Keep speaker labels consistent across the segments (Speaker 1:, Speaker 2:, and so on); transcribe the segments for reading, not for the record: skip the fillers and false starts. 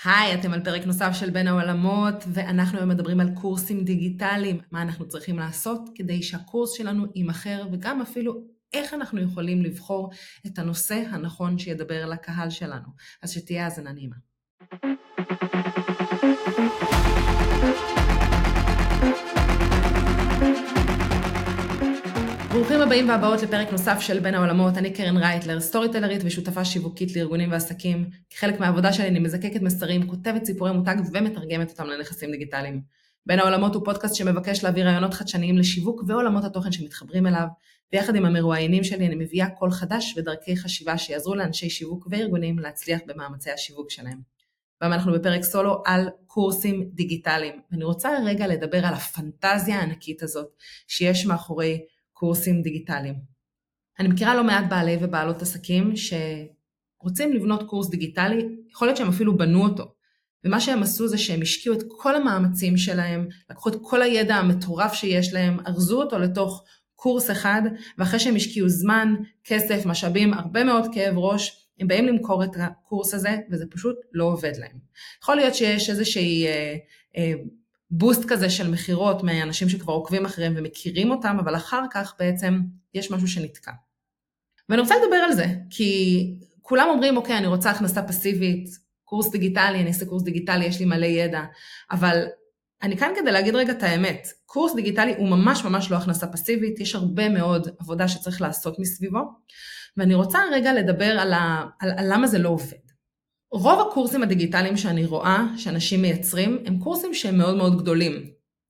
Speaker 1: היי, אתם על פרק נוסף של בין העולמות, ואנחנו היום מדברים על קורסים דיגיטליים, מה אנחנו צריכים לעשות כדי שהקורס שלנו יימכר, וגם אפילו איך אנחנו יכולים לבחור את הנושא הנכון שידבר לקהל שלנו. אז שתהיה האזנה נעימה. ברוכים הבאים והבאות לפרק נוסף של בין העולמות. אני קרן רייטלר, סטורי טלרית ושותפה שיווקית לארגונים ועסקים. כחלק מהעבודה שלי אני מזקקת מסרים, כותבת סיפורי מותג ומתרגמת אותם לנכסים דיגיטליים. בין העולמות הוא פודקאסט שמבקש להביא רעיונות חדשניים לשיווק ועולמות התוכן שמתחברים אליו, ויחד עם המרואיינים שלי אני מביאה קול חדש ודרכי חשיבה שיעזרו לאנשי שיווק וארגונים להצליח במאמצי השיווק שלהם. והיום אנחנו בפרק סולו על קורסים דיגיטליים, ואני רוצה רגע לדבר על הפנטזיה הענקית הזאת שיש מאחורי קורסים דיגיטליים. אני מכירה לא מעט בעלי ובעלות עסקים שרוצים לבנות קורס דיגיטלי, יכול להיות שהם אפילו בנו אותו, ומה שהם עשו זה שהם השקיעו את כל המאמצים שלהם, לקחו את כל הידע המטורף שיש להם, ארזו אותו לתוך קורס אחד, ואחרי שהם השקיעו זמן, כסף, משאבים, הרבה מאוד כאב ראש, הם באים למכור את הקורס הזה, וזה פשוט לא עובד להם. יכול להיות שיש איזושהי בוסט כזה של מחירות מאנשים שכבר עוקבים אחריהם ומכירים אותם, אבל אחר כך בעצם יש משהו שנתקע. ואני רוצה לדבר על זה, כי כולם אומרים, אוקיי, אני רוצה הכנסה פסיבית, קורס דיגיטלי, אני אעשה קורס דיגיטלי, יש לי מלא ידע, אבל אני כאן כדי להגיד רגע את האמת, קורס דיגיטלי הוא ממש ממש לא הכנסה פסיבית, יש הרבה מאוד עבודה שצריך לעשות מסביבו, ואני רוצה רגע לדבר על למה זה לא עובד. רוב הקורסים הדיגיטליים שאני רואה, שאנשים מייצרים, הם קורסים שהם מאוד מאוד גדולים.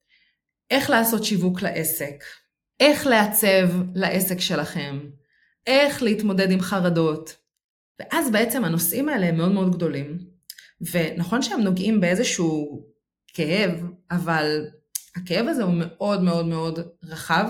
Speaker 1: איך לעשות שיווק לעסק, איך לעצב לעסק שלכם, איך להתמודד עם חרדות. ואז בעצם הנושאים האלה הם מאוד מאוד גדולים, ונכון שהם נוגעים באיזשהו כאב, אבל הכאב הזה הוא מאוד מאוד מאוד רחב,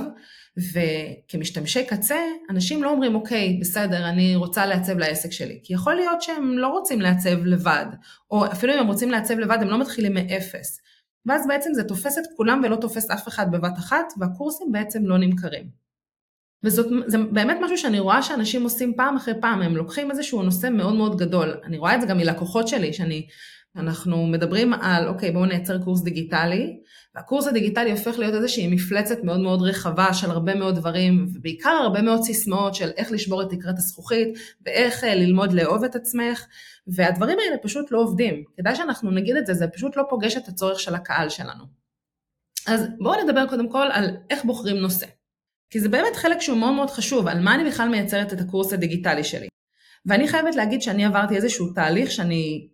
Speaker 1: וכמשתמשי קצה, אנשים לא אומרים, אוקיי, בסדר, אני רוצה לעצב לעסק שלי, כי יכול להיות שהם לא רוצים לעצב לבד, או אפילו אם הם רוצים לעצב לבד, הם לא מתחילים מאפס, ואז בעצם זה תופס את כולם ולא תופס אף אחד בבת אחת, והקורסים בעצם לא נמכרים. וזה באמת משהו שאני רואה שאנשים עושים פעם אחרי פעם, הם לוקחים איזשהו נושא מאוד מאוד גדול, אני רואה את זה גם מלקוחות שלי, אנחנו מדברים על, אוקיי, בואו נייצר קורס דיגיטלי, והקורס הדיגיטלי הופך להיות איזושהי מפלצת מאוד מאוד רחבה של הרבה מאוד דברים, ובעיקר הרבה מאוד סיסמאות של איך לשבור את תקרת הזכוכית, ואיך ללמוד לאהוב את עצמך, והדברים האלה פשוט לא עובדים. כדאי שאנחנו נגיד את זה, זה פשוט לא פוגש את הצורך של הקהל שלנו. אז בואו נדבר קודם כל על איך בוחרים נושא. כי זה באמת חלק שהוא מאוד מאוד חשוב, על מה אני בכלל מייצרת את הקורס הדיגיטלי שלי. ואני חייבת להגיד שאני עברתי איזשהו תהליך שאני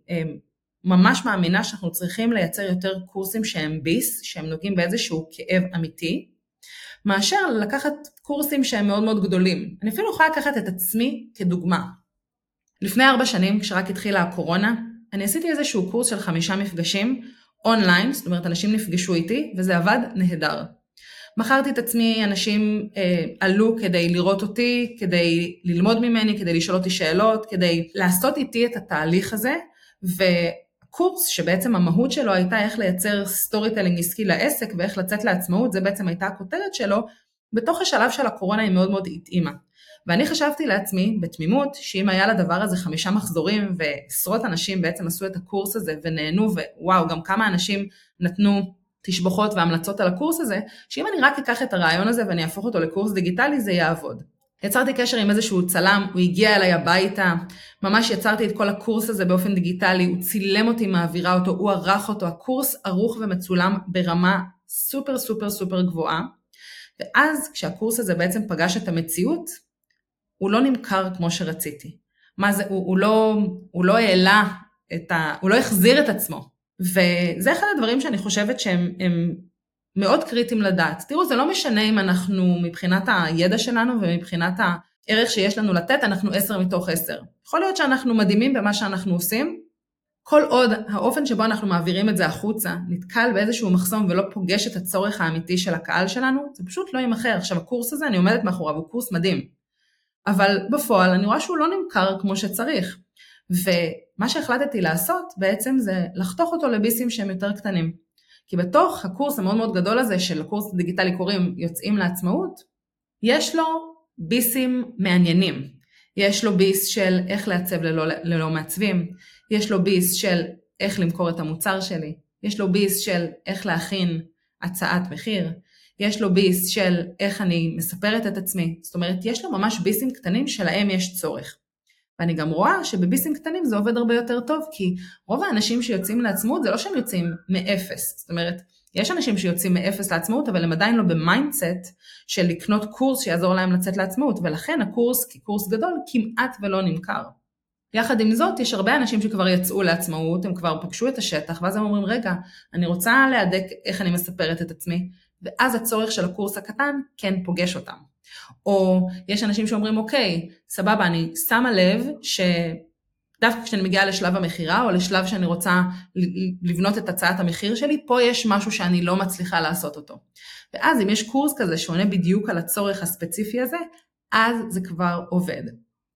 Speaker 1: ממש מאמינה שאנחנו צריכים לייצר יותר קורסים שהם ביס, שהם נוגעים באיזשהו כאב אמיתי, מאשר לקחת קורסים שהם מאוד מאוד גדולים. אני אפילו יכולה לקחת את עצמי כדוגמה. לפני 4 שנים, כשרק התחילה הקורונה, אני עשיתי איזשהו קורס של 5 מפגשים אונליין, זאת אומרת, אנשים נפגשו איתי, וזה עבד נהדר. מכרתי את עצמי, אנשים עלו כדי לראות אותי, כדי ללמוד ממני, כדי לשאול אותי שאלות, כדי לעשות איתי את התהליך הזה, וקורס שבעצם המהות שלו הייתה איך לייצר סטורי טלינג עסקי לעסק, ואיך לצאת לעצמאות, זה בעצם הייתה הכותרת שלו, בתוך השלב של הקורונה היא מאוד מאוד התאימה. ואני חשבתי לעצמי בתמימות, שאם היה לדבר הזה 5 מחזורים, ועשרות אנשים בעצם עשו את הקורס הזה, ונהנו, ווואו, גם כמה אנשים נתנו תשבחות והמלצות על הקורס הזה, שאם אני רק אקח את הרעיון הזה ואני אהפוך אותו לקורס דיגיטלי, זה יעבוד. יצרתי קשר עם איזשהו צלם, הוא הגיע אליי הביתה, ממש יצרתי את כל הקורס הזה באופן דיגיטלי, הוא צילם אותי, מעבירה אותו, הוא ערך אותו, הקורס ערוך ומצולם ברמה סופר סופר סופר גבוהה, ואז כשהקורס הזה בעצם פגש את המציאות, הוא לא נמכר כמו שרציתי. מה זה, הוא לא העלה הוא לא החזיר את עצמו. וזה אחד הדברים שאני חושבת שהם מאוד קריטיים לדעת. תראו, זה לא משנה אם אנחנו מבחינת הידע שלנו ומבחינת הערך שיש לנו לתת, אנחנו 10 מתוך 10. יכול להיות שאנחנו מדהימים במה שאנחנו עושים, כל עוד האופן שבו אנחנו מעבירים את זה החוצה, נתקל באיזשהו מחסום ולא פוגש את הצורך האמיתי של הקהל שלנו, זה פשוט לא יימכר. עכשיו הקורס הזה, אני עומדת מאחוריו, הוא קורס מדהים. אבל בפועל אני רואה שהוא לא נמכר כמו שצריך. ומה שהחלטתי לעשות בעצם זה לחתוך אותו לביסים שהם יותר קטנים. כי בתוך הקורס המאוד מאוד גדול הזה של הקורס דיגיטלי קוראים יוצאים לעצמאות, יש לו ביסים מעניינים. יש לו ביס של איך לעצב ללא מעצבים, יש לו ביס של איך למכור את המוצר שלי, יש לו ביס של איך להכין הצעת מחיר, יש לו ביס של איך אני מספרת את עצמי, זאת אומרת, יש לו ממש ביסים קטנים שלהם יש צורך. ואני גם רואה שבביסים קטנים זה עובד הרבה יותר טוב, כי רוב האנשים שיוצאים לעצמאות זה לא שהם יוצאים מאפס, זאת אומרת, יש אנשים שיוצאים מאפס לעצמאות, אבל הם עדיין לא במיינדסט של לקנות קורס שיעזור להם לצאת לעצמאות, ולכן הקורס כקורס גדול כמעט ולא נמכר. יחד עם זאת, יש הרבה אנשים שכבר יצאו לעצמאות, הם כבר פגשו את השטח, ואז הם אומרים, רגע, אני רוצה להדק איך אני מספרת את עצמי, ואז הצורך של הקורס הקטן כן פוגש אותם. או יש אנשים שאומרים, אוקיי, סבבה, אני שמה לב שדווקא כשאני מגיעה לשלב המחירה, או לשלב שאני רוצה לבנות את הצעת המחיר שלי, פה יש משהו שאני לא מצליחה לעשות אותו. ואז אם יש קורס כזה שעונה בדיוק על הצורך הספציפי הזה, אז זה כבר עובד.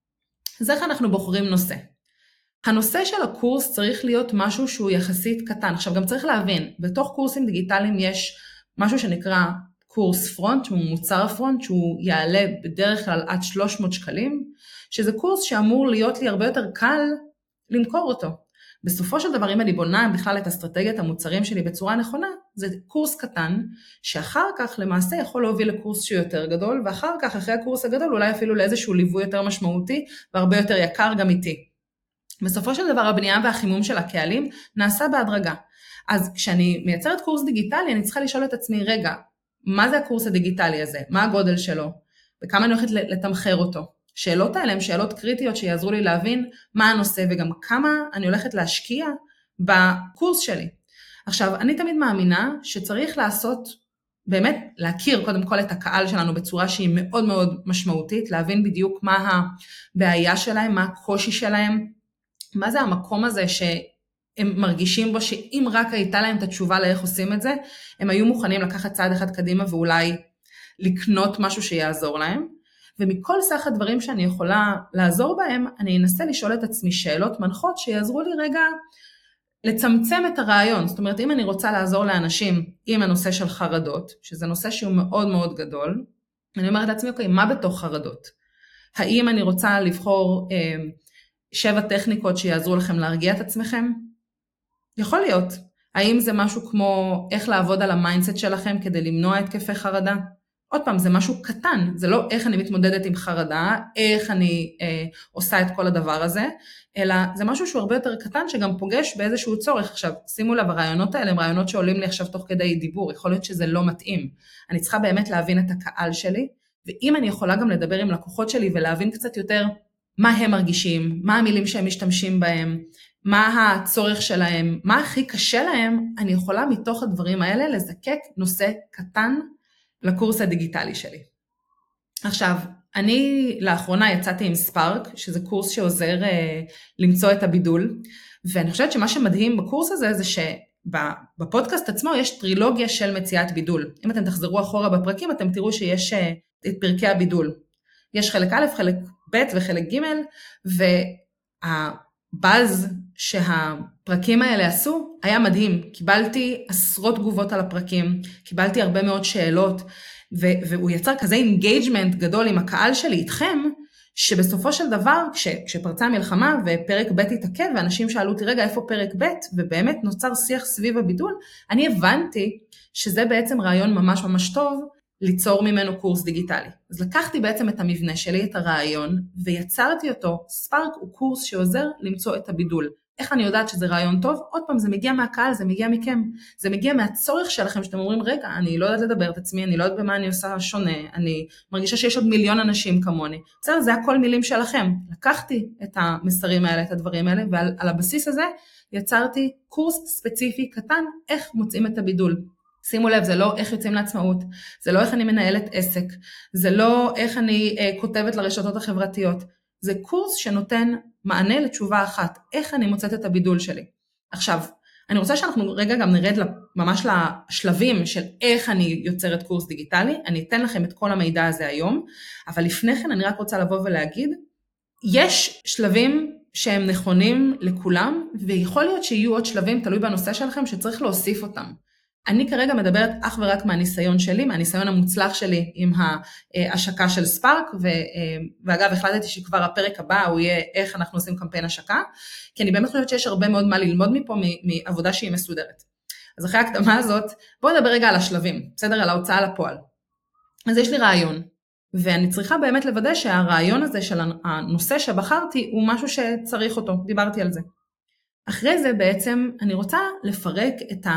Speaker 1: אז איך אנחנו בוחרים נושא? הנושא של הקורס צריך להיות משהו שהוא יחסית קטן. עכשיו גם צריך להבין, בתוך קורסים דיגיטליים יש משהו שנקרא קורס פרונט, שהוא מוצר פרונט, שהוא יעלה בדרך כלל עד 300 שקלים, שזה קורס שאמור להיות לי הרבה יותר קל למכור אותו. בסופו של דבר, אם אני בונה בכלל את אסטרטגיית המוצרים שלי בצורה נכונה, זה קורס קטן, שאחר כך למעשה יכול להוביל לקורס שהוא יותר גדול, ואחר כך, אחרי הקורס הגדול, אולי אפילו לאיזשהו ליווי יותר משמעותי, והרבה יותר יקר גם איתי. בסופו של דבר, הבנייה והחימום של הקהלים נעשה בהדרגה. אז כשאני מייצרת קורס דיגיטלי, אני צריכה לשאול את עצמי, רגע, מה זה הקורס הדיגיטלי הזה? מה הגודל שלו? וכמה אני הולכת לתמחר אותו? שאלות האלה הן שאלות קריטיות שיעזרו לי להבין מה הנושא וגם כמה אני הולכת להשקיע בקורס שלי. עכשיו, אני תמיד מאמינה שצריך לעשות, באמת להכיר קודם כל את הקהל שלנו בצורה שהיא מאוד מאוד משמעותית, להבין בדיוק מה הבעיה שלהם, מה הקושי שלהם, מה זה המקום הזה שהם מרגישים בו שאם רק הייתה להם את התשובה לאיך עושים את זה, הם היו מוכנים לקחת צעד אחד קדימה ואולי לקנות משהו שיעזור להם. ומכל סך הדברים שאני יכולה לעזור בהם, אני אנסה לשאול את עצמי שאלות מנחות שיעזרו לי רגע לצמצם את הרעיון. זאת אומרת, אם אני רוצה לעזור לאנשים עם הנושא של חרדות, שזה נושא שהוא מאוד מאוד גדול, אני אומרת לעצמי, אוקיי, מה בתוך חרדות? האם אני רוצה לבחור 7 טכניקות שיעזרו לכם להרגיע את עצמכם? יכול להיות. האם זה משהו כמו איך לעבוד על המיינדסט שלכם כדי למנוע התקפי חרדה? עוד פעם, זה משהו קטן, זה לא איך אני מתמודדת עם חרדה, איך אני עושה את כל הדבר הזה, אלא זה משהו שהוא הרבה יותר קטן שגם פוגש באיזשהו צורך. עכשיו, שימו לב, הרעיונות האלה הם רעיונות שעולים לי עכשיו תוך כדי דיבור, יכול להיות שזה לא מתאים. אני צריכה באמת להבין את הקהל שלי, ואם אני יכולה גם לדבר עם לקוחות שלי ולהבין קצת יותר מה הם מרגישים, מה המילים שהם משתמשים בהם, מה הצורך שלהם, מה הכי קשה להם, אני יכולה מתוך הדברים האלה לזקק נושא קטן לקורס הדיגיטלי שלי. עכשיו, אני לאחרונה יצאתי עם ספארק, שזה קורס שעוזר למצוא את הבידול, ואני חושבת שמה שמדהים בקורס הזה זה שבפודקאסט עצמו יש טרילוגיה של מציאת בידול. אם אתם תחזרו אחורה בפרקים, אתם תראו שיש את פרקי הבידול. יש חלק א', חלק ב' וחלק ג', והבאז שהפרקים האלה עשו היה מדהים. קיבלתי עשרות תגובות על הפרקים, קיבלתי הרבה מאוד שאלות, והוא יצר כזה אינגייג'מנט גדול עם הקהל שלי איתכם, שבסופו של דבר, כשפרצה המלחמה ופרק ב' התעכב, ואנשים שאלו אותי, רגע, איפה פרק ב'? ובאמת נוצר שיח סביב הבידול, אני הבנתי שזה בעצם רעיון ממש ממש טוב, ליצור ממנו קורס דיגיטלי. אז לקחתי בעצם את המבנה שלי, את הרעיון, ויצרתי אותו. ספארק הוא קורס שעוזר למצוא את הבידול. איך אני יודעת שזה רעיון טוב? עוד פעם, זה מגיע מהקהל, זה מגיע מכם. זה מגיע מהצורך שלכם, שאתם אומרים, רגע, אני לא יודעת לדבר את עצמי, אני לא יודעת במה אני עושה שונה, אני מרגישה שיש עוד מיליון אנשים כמוני. בסדר, זה הכל מילים שלכם. לקחתי את המסרים האלה, את הדברים האלה, ועל הבסיס הזה יצרתי קורס ספציפי קטן, איך מוצאים את הבידול. שימו לב, זה לא איך יוצאים לעצמאות, זה לא איך אני מנהלת עסק, זה לא איך אני כותבת לרשתות החברתיות, זה קורס שנותן מענה לתשובה אחת, איך אני מוצאת את הבידול שלי. עכשיו, אני רוצה שאנחנו רגע גם נרד ממש לשלבים של איך אני יוצרת קורס דיגיטלי, אני אתן לכם את כל המידע הזה היום, אבל לפני כן אני רק רוצה לבוא ולהגיד, יש שלבים שהם נכונים לכולם, ויכול להיות שיהיו עוד שלבים, תלוי בנושא שלכם, שצריך להוסיף אותם. אני כרגע מדברת אך ורק מהניסיון שלי, מהניסיון המוצלח שלי עם ההשקה של ספארק, ואגב החלטתי שכבר הפרק הבא הוא יהיה איך אנחנו עושים קמפיין השקה, כי אני באמת חושבת שיש הרבה מאוד מה ללמוד מפה מעבודה שהיא מסודרת. אז אחרי ההקדמה הזאת, בואו נדבר רגע על השלבים, בסדר? על ההוצאה לפועל. אז יש לי רעיון, ואני צריכה באמת לוודא שהרעיון הזה של הנושא שבחרתי הוא משהו שצריך אותו, דיברתי על זה. אחרי זה בעצם אני רוצה לפרק את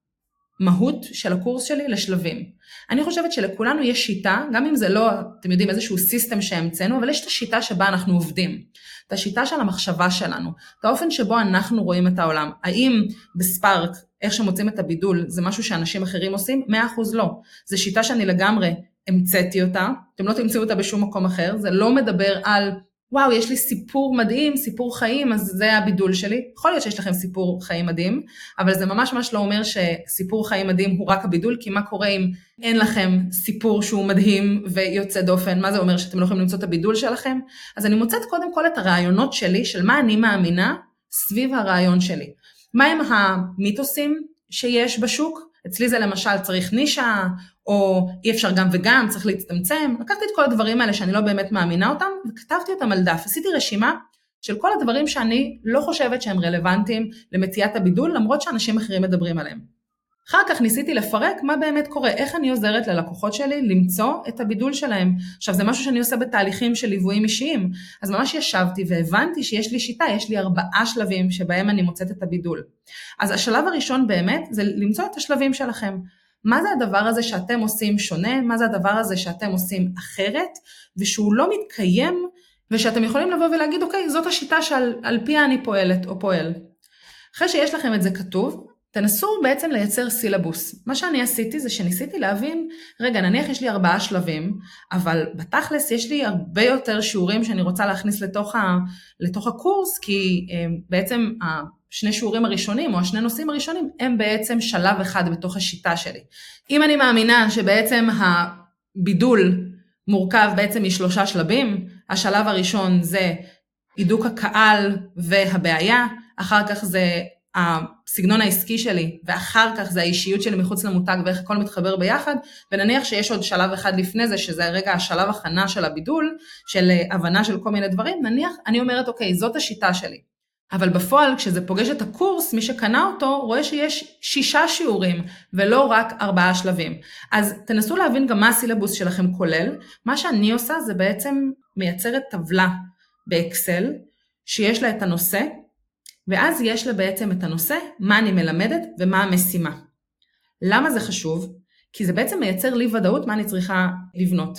Speaker 1: המהות של הקורס שלי לשלבים. אני חושבת שלכולנו יש שיטה, גם אם זה לא, אתם יודעים, איזשהו סיסטם שהמצאנו, אבל יש את השיטה שבה אנחנו עובדים. את השיטה של המחשבה שלנו, את האופן שבו אנחנו רואים את העולם. האם בספארק, איך שמוצאים את הבידול, זה משהו שאנשים אחרים עושים? 100% לא. זו שיטה שאני לגמרי המצאתי אותה, אתם לא תמצאו אותה בשום מקום אחר, זה לא מדבר על וואו, יש לי סיפור מדהים, סיפור חיים, אז זה הבידול שלי. יכול להיות שיש לכם סיפור חיים מדהים, אבל זה ממש לא אומר שסיפור חיים מדהים הוא רק הבידול, כי מה קורה אם אין לכם סיפור שהוא מדהים ויוצא דופן? מה זה אומר שאתם לא יכולים למצוא את הבידול שלכם? אז אני מוצאת קודם כל את הרעיונות שלי, של מה אני מאמינה סביב הרעיון שלי. מה הם המיתוסים שיש בשוק? אצלי זה למשל צריך נישה, או אי אפשר גם וגם, צריך להצטמצם. לקחתי את כל הדברים האלה שאני לא באמת מאמינה אותם, וכתבתי אותם על דף. עשיתי רשימה של כל הדברים שאני לא חושבת שהם רלוונטיים למציאת הבידול, למרות שאנשים אחרים מדברים עליהם. אחר כך ניסיתי לפרק מה באמת קורה, איך אני עוזרת ללקוחות שלי למצוא את הבידול שלהם. עכשיו זה משהו שאני עושה בתהליכים של ליוויים אישיים, אז ממש ישבתי והבנתי שיש לי שיטה, יש לי 4 שלבים שבהם אני מוצאת את הבידול. אז השלב הראשון באמת זה למצוא את השלבים שלכם. מה זה הדבר הזה שאתם עושים שונה, מה זה הדבר הזה שאתם עושים אחרת, ושהוא לא מתקיים, ושאתם יכולים לבוא ולהגיד, אוקיי, זאת השיטה שעל פיה אני פועלת או פועל. אחרי שיש לכם את זה כתוב, תנסו בעצם לייצר סילבוס. מה שאני עשיתי זה שניסיתי להבין, רגע, נניח יש לי 4 שלבים, אבל בתכלס יש לי הרבה יותר שיעורים שאני רוצה להכניס לתוך הקורס, כי בעצם השני שיעורים הראשונים, או השני נושאים הראשונים, הם בעצם שלב אחד בתוך השיטה שלי. אם אני מאמינה שבעצם הבידול מורכב בעצם מ3 שלבים, השלב הראשון זה הידוק הקהל והבעיה, אחר כך זה הסגנון העסקי שלי, ואחר כך זה האישיות שלי מחוץ למותג, ואיך הכל מתחבר ביחד, ונניח שיש עוד שלב אחד לפני זה, שזה רגע השלב הכנה של הבידול, של הבנה של כל מיני דברים, נניח אני אומרת, אוקיי, זאת השיטה שלי. אבל בפועל, כשזה פוגש את הקורס, מי שקנה אותו, רואה שיש 6 שיעורים, ולא רק 4 שלבים. אז תנסו להבין גם מה הסילבוס שלכם כולל. מה שאני עושה זה בעצם מייצרת טבלה באקסל, שיש לה את הנושא, ואז יש לה בעצם את הנושא, מה אני מלמדת ומה המשימה. למה זה חשוב? כי זה בעצם מייצר לי ודאות מה אני צריכה לבנות.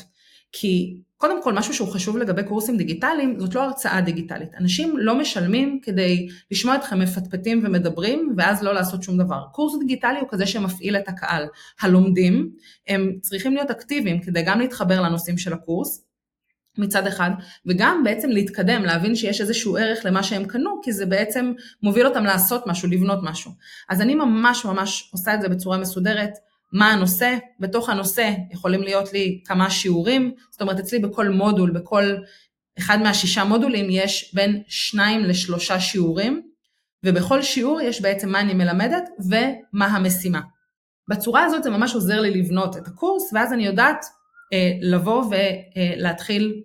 Speaker 1: כי קודם כל משהו שהוא חשוב לגבי קורסים דיגיטליים, זאת לא הרצאה דיגיטלית. אנשים לא משלמים כדי לשמוע אתכם מפטפטים ומדברים, ואז לא לעשות שום דבר. קורס דיגיטלי הוא כזה שמפעיל את הקהל. הלומדים הם צריכים להיות אקטיביים כדי גם להתחבר לנושאים של הקורס, מצד אחד, וגם בעצם להתקדם, להבין שיש איזשהו ערך למה שהם קנו, כי זה בעצם מוביל אותם לעשות משהו, לבנות משהו. אז אני ממש עושה את זה בצורה מסודרת, מה הנושא, בתוך הנושא יכולים להיות לי כמה שיעורים, זאת אומרת אצלי בכל מודול, בכל אחד מה6 מודולים יש בין 2 ל3 שיעורים, ובכל שיעור יש בעצם מה אני מלמדת ומה המשימה. בצורה הזאת זה ממש עוזר לי לבנות את הקורס, ואז אני יודעת לבוא ולהתחיל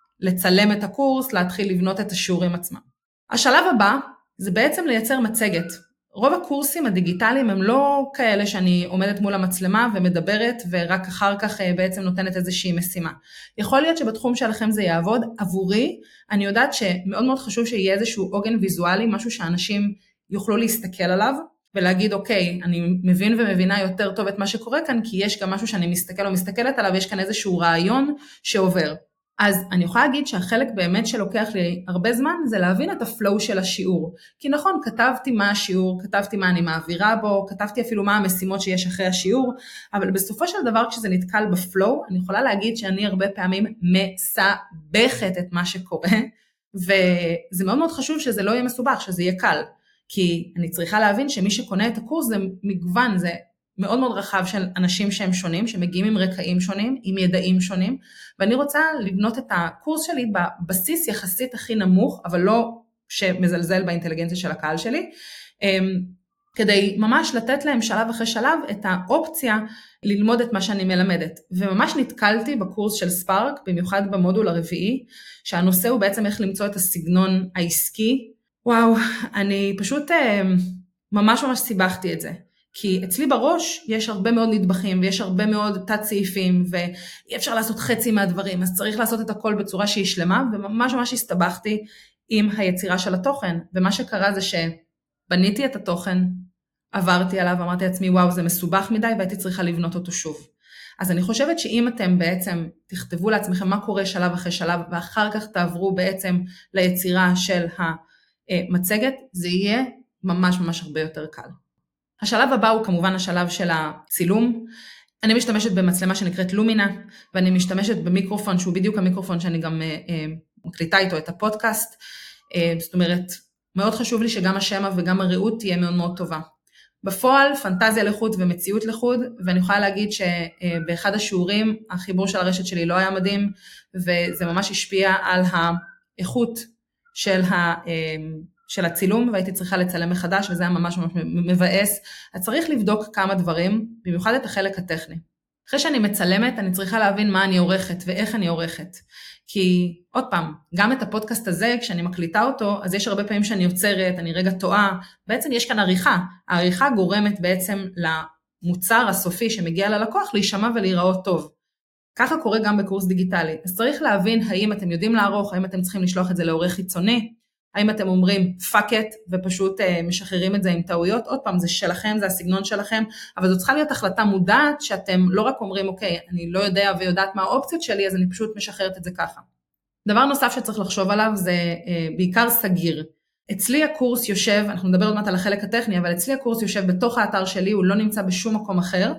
Speaker 1: לצלם את הקורס, להתחיל לבנות את השיעורים עצמם. השלב הבא זה בעצם לייצר מצגת. רוב הקורסים הדיגיטליים הם לא כאלה שאני עומדת מול המצלמה ומדברת ורק אחר כך בעצם נותנת איזושהי משימה. יכול להיות שבתחום שלכם זה יעבוד. עבורי, אני יודעת שמאוד מאוד חשוב שיהיה איזשהו עוגן ויזואלי, משהו שאנשים יוכלו להסתכל עליו, ולהגיד, אוקיי, אני מבין ומבינה יותר טוב את מה שקורה כאן, כי יש גם משהו שאני מסתכל או מסתכלת עליו, יש כאן איזשהו רעיון שעובר. אז אני יכולה להגיד שהחלק באמת שלוקח לי הרבה זמן, זה להבין את הפלואו של השיעור. כי נכון, כתבתי מה השיעור, כתבתי מה אני מעבירה בו, כתבתי אפילו מה המשימות שיש אחרי השיעור, אבל בסופו של דבר כשזה נתקל בפלואו, אני יכולה להגיד שאני הרבה פעמים מסבכת את מה שקורה, וזה מאוד מאוד חשוב שזה לא יהיה מסובך, שזה יהיה קל. כי אני צריכה להבין שמי שקונה את הקורס זה מגוון, זה מאוד מאוד רחב של אנשים שהם שונים, שמגיעים עם רקעים שונים, עם ידעים שונים, ואני רוצה לבנות את הקורס שלי בבסיס יחסית הכי נמוך, אבל לא שמזלזל באינטליגנציה של הקהל שלי, כדי ממש לתת להם שלב אחרי שלב את האופציה ללמוד את מה שאני מלמדת. וממש נתקלתי בקורס של ספארק, במיוחד במודול הרביעי, שהנושא הוא בעצם איך למצוא את הסגנון העסקי. וואו, אני פשוט ממש סיבכתי את זה. כי אצלי בראש יש הרבה מאוד נדבכים, ויש הרבה מאוד תת סעיפים, ואי אפשר לעשות חצי מהדברים, אז צריך לעשות את הכל בצורה שהיא שלמה, וממש הסתבכתי עם היצירה של התוכן. ומה שקרה זה שבניתי את התוכן, עברתי עליו, אמרתי לעצמי, וואו, זה מסובך מדי, והייתי צריכה לבנות אותו שוב. אז אני חושבת שאם אתם בעצם תכתבו לעצמכם מה קורה שלב אחרי שלב, ואחר כך תעברו בעצם ליצירה של המצגת, זה יהיה ממש הרבה יותר קל. השלב הבא הוא כמובן השלב של הצילום. אני משתמשת במצלמה שנקראת לומינה, ואני משתמשת במיקרופון, שהוא בדיוק המיקרופון שאני גם מקליטה איתו את הפודקאסט. זאת אומרת, מאוד חשוב לי שגם השמע וגם הראות תהיה מאוד טובה. בפועל, פנטזיה לחוד ומציאות לחוד, ואני יכולה להגיד שבאחד השיעורים, החיבור של הרשת שלי לא היה מדהים, וזה ממש השפיע על האיכות של הצילום, והייתי צריכה לצלם מחדש, וזה היה ממש מבאס. אז צריך לבדוק כמה דברים, במיוחד את החלק הטכני. אחרי שאני מצלמת, אני צריכה להבין מה אני עורכת, ואיך אני עורכת. כי עוד פעם, גם את הפודקאסט הזה, כשאני מקליטה אותו, אז יש הרבה פעמים שאני יוצרת, אני רגע טועה, בעצם יש כאן עריכה. העריכה גורמת בעצם למוצר הסופי שמגיע ללקוח, להישמע ולהיראות טוב. ככה קורה גם בקורס דיגיטלי. אז צריך להבין האם אתם יודעים לערוך, האם אתם צריכים לשלוח את זה לעורך חיצוני, האם אתם אומרים fuck it ופשוט משחררים את זה עם טעויות. עוד פעם, זה שלכם, זה הסגנון שלכם, אבל זו צריכה להיות החלטה מודעת שאתם לא רק אומרים אוקיי, אני לא יודע ויודעת מה האופציות שלי, אז אני פשוט משחררת את זה ככה. דבר נוסף שצריך לחשוב עליו זה בעיקר סגיר. אצלי הקורס יושב, אנחנו נדבר עוד מעט על החלק הטכני, אבל אצלי הקורס יושב בתוך האתר שלי, הוא לא נמצא בשום מקום אחר,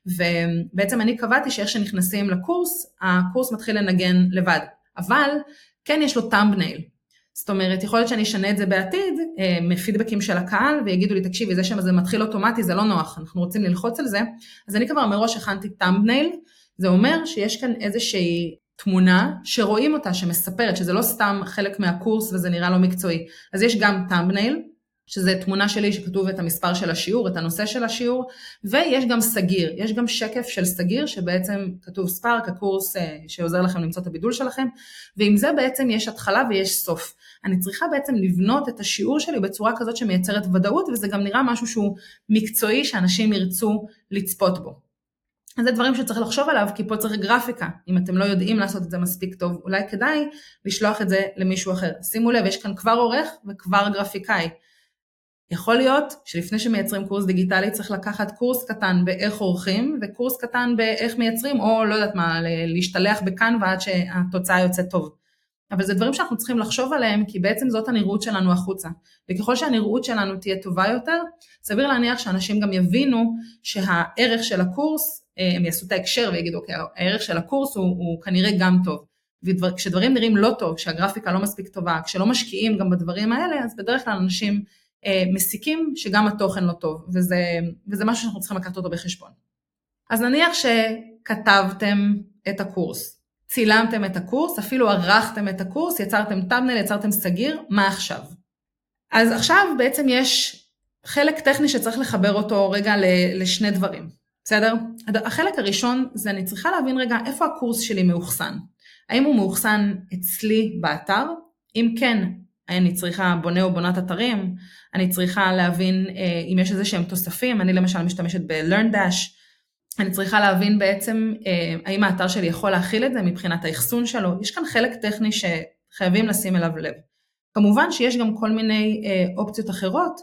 Speaker 1: ובעצם אני קבעתי שאיך שנכנסים לקורס, הקורס מתחיל לנגן לבד, אבל כן יש לו thumbnail. זאת אומרת, יכול להיות שאני אשנה את זה בעתיד, מפידבקים של הקהל, ויגידו לי, תקשיבי, זה שזה מתחיל אוטומטי, זה לא נוח, אנחנו רוצים ללחוץ על זה, אז אני כבר מראש הכנתי thumbnail, זה אומר שיש כאן איזושהי תמונה שרואים אותה, שמספרת, שזה לא סתם חלק מהקורס, וזה נראה לא מקצועי, אז יש גם thumbnail, שזה תמונה שלי שכתוב את המספר של השיעור, את הנושא של השיעור, ויש גם סגיר, יש גם שקף של סגיר, שבעצם כתוב ספארק, הקורס שעוזר לכם למצוא את הבידול שלכם, ועם זה בעצם יש התחלה ויש סוף. אני צריכה בעצם לבנות את השיעור שלי בצורה כזאת שמייצרת ודאות, וזה גם נראה משהו שהוא מקצועי, שאנשים ירצו לצפות בו. אז זה דברים שצריך לחשוב עליו, כי פה צריך גרפיקה. אם אתם לא יודעים לעשות את זה מספיק טוב, אולי כדאי לשלוח את זה למישהו אחר. שימו לב, יש כאן כבר עורך וכבר גרפיקאי. יכול להיות שלפני שמייצרים קורס דיגיטלי, צריך לקחת קורס קטן באיך עורכים, וקורס קטן באיך מייצרים, או לא יודעת מה, להשתלח בקנווה עד שהתוצאה יוצאת טוב. אבל זה דברים שאנחנו צריכים לחשוב עליהם, כי בעצם זאת הנראות שלנו החוצה. וככל שהנראות שלנו תהיה טובה יותר, סביר להניח שאנשים גם יבינו שהערך של הקורס, הם יעשו את ההקשר ויגידו, אוקיי, הערך של הקורס הוא כנראה גם טוב. וכשדברים נראים לא טוב, כשהגרפיקה לא מספיק טובה, כשלא משקיעים גם בדברים האלה, אז בדרך כלל אנשים מסיקים שגם התוכן לא טוב, וזה משהו שאנחנו צריכים לקחת אותו בחשבון. אז נניח שכתבתם את הקורס, צילמתם את הקורס, אפילו ערכתם את הקורס, יצרתם thumbnail, יצרתם סגיר, מה עכשיו? אז עכשיו בעצם יש חלק טכני שצריך לחבר אותו רגע לשני דברים, בסדר? החלק הראשון זה אני צריכה להבין רגע איפה הקורס שלי מאוחסן. האם הוא מאוחסן אצלי באתר? אם כן, אני צריכה בונה או בונת אתרים, אני צריכה להבין אם יש איזה שהם תוספים, אני למשל משתמשת ב-LearnDash, אני צריכה להבין בעצם האם האתר שלי יכול להכיל את זה מבחינת האחסון שלו, יש כאן חלק טכני שחייבים לשים אליו לב. כמובן שיש גם כל מיני אופציות אחרות,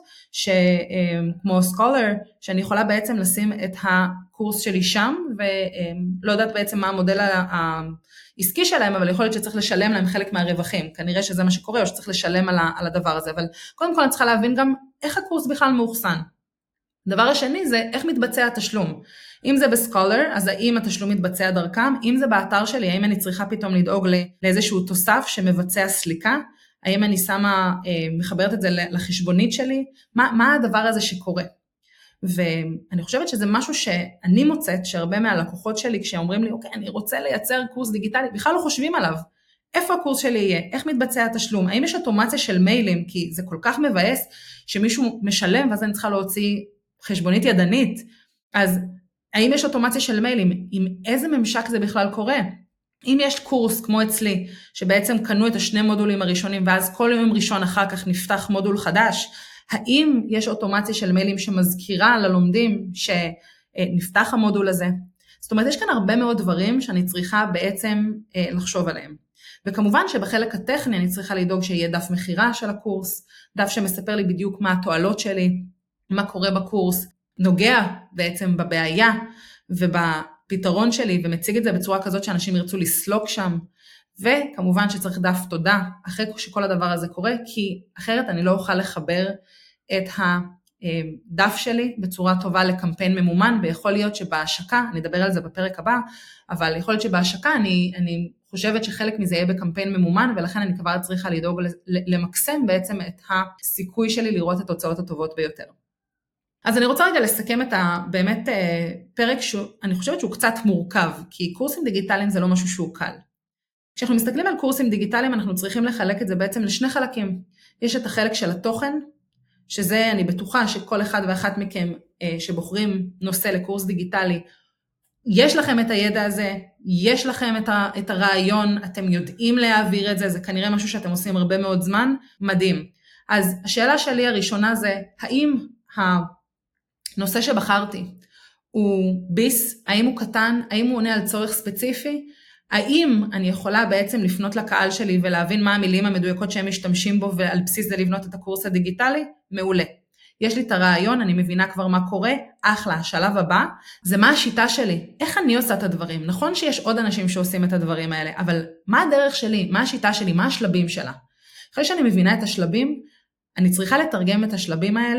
Speaker 1: כמו Scholar, שאני יכולה בעצם לשים את הקורס שלי שם, ולא יודעת בעצם מה המודל העסקי שלהם, אבל יכול להיות שצריך לשלם להם חלק מהרווחים, כנראה שזה מה שקורה, או שצריך לשלם על הדבר הזה, אבל קודם כל אני צריכה להבין גם איך הקורס בכלל מאוחסן. הדבר השני זה איך מתבצע התשלום. אם זה בסקולר, אז האם התשלום מתבצע דרכם? אם זה באתר שלי, האם אני צריכה פתאום לדאוג לאיזשהו תוסף שמבצע סליקה? האם אני מחברת את זה לחשבונית שלי? מה הדבר הזה שקורה? ואני חושבת שזה משהו שאני מוצאת שהרבה מהלקוחות שלי, כשאומרים לי, אוקיי, אני רוצה לייצר קורס דיגיטלי, בכלל לא חושבים עליו. איפה הקורס שלי יהיה, איך מתבצע התשלום, האם יש אוטומציה של מיילים, כי זה כל כך מבאס שמישהו משלם ואז אני צריכה להוציא חשבונית ידנית, אז האם יש אוטומציה של מיילים, עם איזה ממשק זה בכלל קורה, אם יש קורס כמו אצלי, שבעצם קנו את השני מודולים הראשונים, ואז כל יום ראשון אחר כך נפתח מודול חדש, האם יש אוטומציה של מיילים שמזכירה ללומדים שנפתח המודול הזה? זאת אומרת, יש כאן הרבה מאוד דברים שאני צריכה בעצם לחשוב עליהם. וכמובן שבחלק הטכני אני צריכה לדאוג שיהיה דף מחירה של הקורס, דף שמספר לי בדיוק מה התועלות שלי, מה קורה בקורס, נוגע בעצם בבעיה ובפתרון שלי, ומציג את זה בצורה כזאת שאנשים ירצו לסלוק שם, וכמובן שצריך דף תודה אחרי שכל הדבר הזה קורה, כי אחרת אני לא אוכל לחבר את הדף שלי בצורה טובה לקמפיין ממומן, ויכול להיות שבהשקה, אני אדבר על זה בפרק הבא, אבל יכול להיות שבהשקה אני חושבת שחלק מזה יהיה בקמפיין ממומן, ולכן אני כבר צריכה לדאוג למקסם בעצם את הסיכוי שלי לראות את התוצאות הטובות ביותר. אז אני רוצה רגע לסכם את באמת פרק שאני חושבת שהוא קצת מורכב, כי קורסים דיגיטליים זה לא משהו שהוא קל. כשאנחנו מסתכלים על קורסים דיגיטליים, אנחנו צריכים לחלק את זה בעצם לשני חלקים. יש את החלק של התוכן, שזה אני בטוחה שכל אחד ואחת מכם שבוחרים נושא לקורס דיגיטלי, יש לכם את הידע הזה, יש לכם את הרעיון, אתם יודעים להעביר את זה, זה כנראה משהו שאתם עושים הרבה מאוד זמן, מדהים. אז השאלה שלי הראשונה זה, האם הנושא שבחרתי הוא ביס, האם הוא קטן, האם הוא עונה על צורך ספציפי, האם אני יכולה בעצם לפנות לקהל שלי ולהבין מה המילים המדויקות שהם משתמשים בו ועל בסיס זה לבנות את הקורס הדיגיטלי? מעולה. יש לי את הרעיון, אני מבינה כבר מה קורה, אחלה, השלב הבא, זה מה השיטה שלי, איך אני עושה את הדברים, נכון שיש עוד אנשים שעושים את הדברים האלה, אבל מה הדרך שלי, מה השיטה שלי, מה השלבים שלה? אחרי שאני מבינה את השלבים, אני צריכה לתרגם את השלבים האלה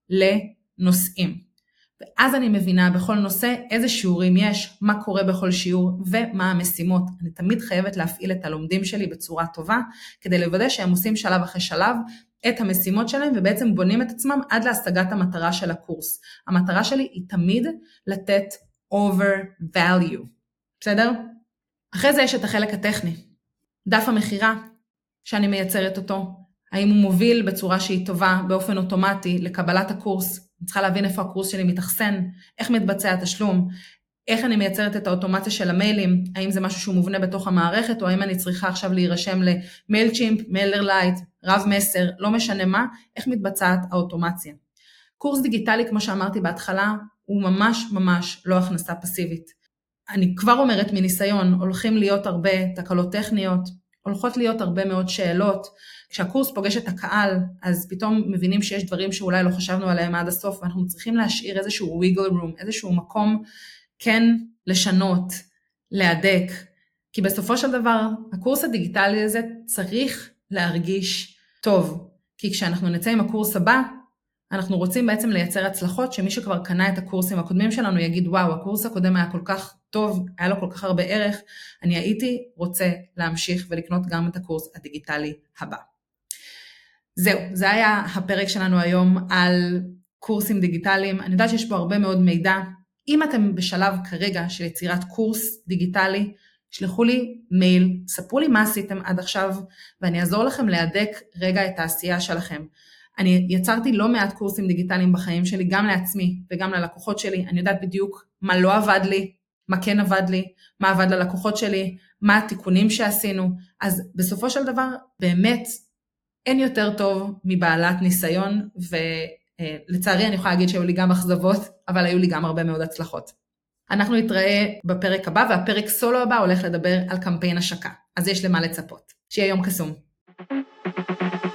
Speaker 1: לנושאים. ואז אני מבינה בכל נושא איזה שיעורים יש, מה קורה בכל שיעור ומה המשימות. אני תמיד חייבת להפעיל את הלומדים שלי בצורה טובה, כדי לוודא שהם עושים שלב אחרי שלב את המשימות שלהם, ובעצם בונים את עצמם עד להשגת המטרה של הקורס. המטרה שלי היא תמיד לתת over value. בסדר? אחרי זה יש את החלק הטכני. דף המחירה שאני מייצרת אותו, האם הוא מוביל בצורה שהיא טובה באופן אוטומטי לקבלת הקורס, אני צריכה להבין איפה הקורס שלי מתאכסן, איך מתבצע התשלום, איך אני מייצרת את האוטומציה של המיילים, האם זה משהו שהוא מובנה בתוך המערכת, או האם אני צריכה עכשיו להירשם למיילצ'ימפ, מיילרלייט, רב מסר, לא משנה מה, איך מתבצעת האוטומציה. קורס דיגיטלי, כמו שאמרתי בהתחלה, הוא ממש ממש לא הכנסה פסיבית. אני כבר אומרת מניסיון, הולכים להיות הרבה תקלות טכניות, הולכות להיות הרבה מאוד שאלות, כשהקורס פוגש את הקהל, אז פתאום מבינים שיש דברים שאולי לא חשבנו עליהם עד הסוף, ואנחנו צריכים להשאיר איזשהו wiggle room, איזשהו מקום כן לשנות, להדק, כי בסופו של דבר, הקורס הדיגיטלי הזה צריך להרגיש טוב, כי כשאנחנו נצא עם הקורס הבא, אנחנו רוצים בעצם לייצר הצלחות, שמי שכבר קנה את הקורסים הקודמים שלנו יגיד, וואו, הקורס הקודם היה כל כך טוב, היה לו כל כך הרבה ערך, אני הייתי רוצה להמשיך ולקנות גם את הקורס הדיגיטלי הבא. זהו, זה היה הפרק שלנו היום על קורסים דיגיטליים. אני יודעת שיש פה הרבה מאוד מידע. אם אתם בשלב כרגע של יצירת קורס דיגיטלי, שלחו לי מייל, ספרו לי מה עשיתם עד עכשיו, ואני אעזור לכם להדק רגע את העשייה שלכם. אני יצרתי לא מעט קורסים דיגיטליים בחיים שלי, גם לעצמי וגם ללקוחות שלי. אני יודעת בדיוק מה לא עבד לי, מה כן עבד לי, מה עבד ללקוחות שלי, מה התיקונים שעשינו. אז בסופו של דבר, באמת, אין יותר טוב מבעלת ניסיון, ולצערי אני יכולה להגיד שהיו לי גם אכזבות, אבל היו לי גם הרבה מאוד הצלחות. אנחנו נתראה בפרק הבא, והפרק סולו הבא הולך לדבר על קמפיין השקה. אז יש למה לצפות. שיהיה יום קסום.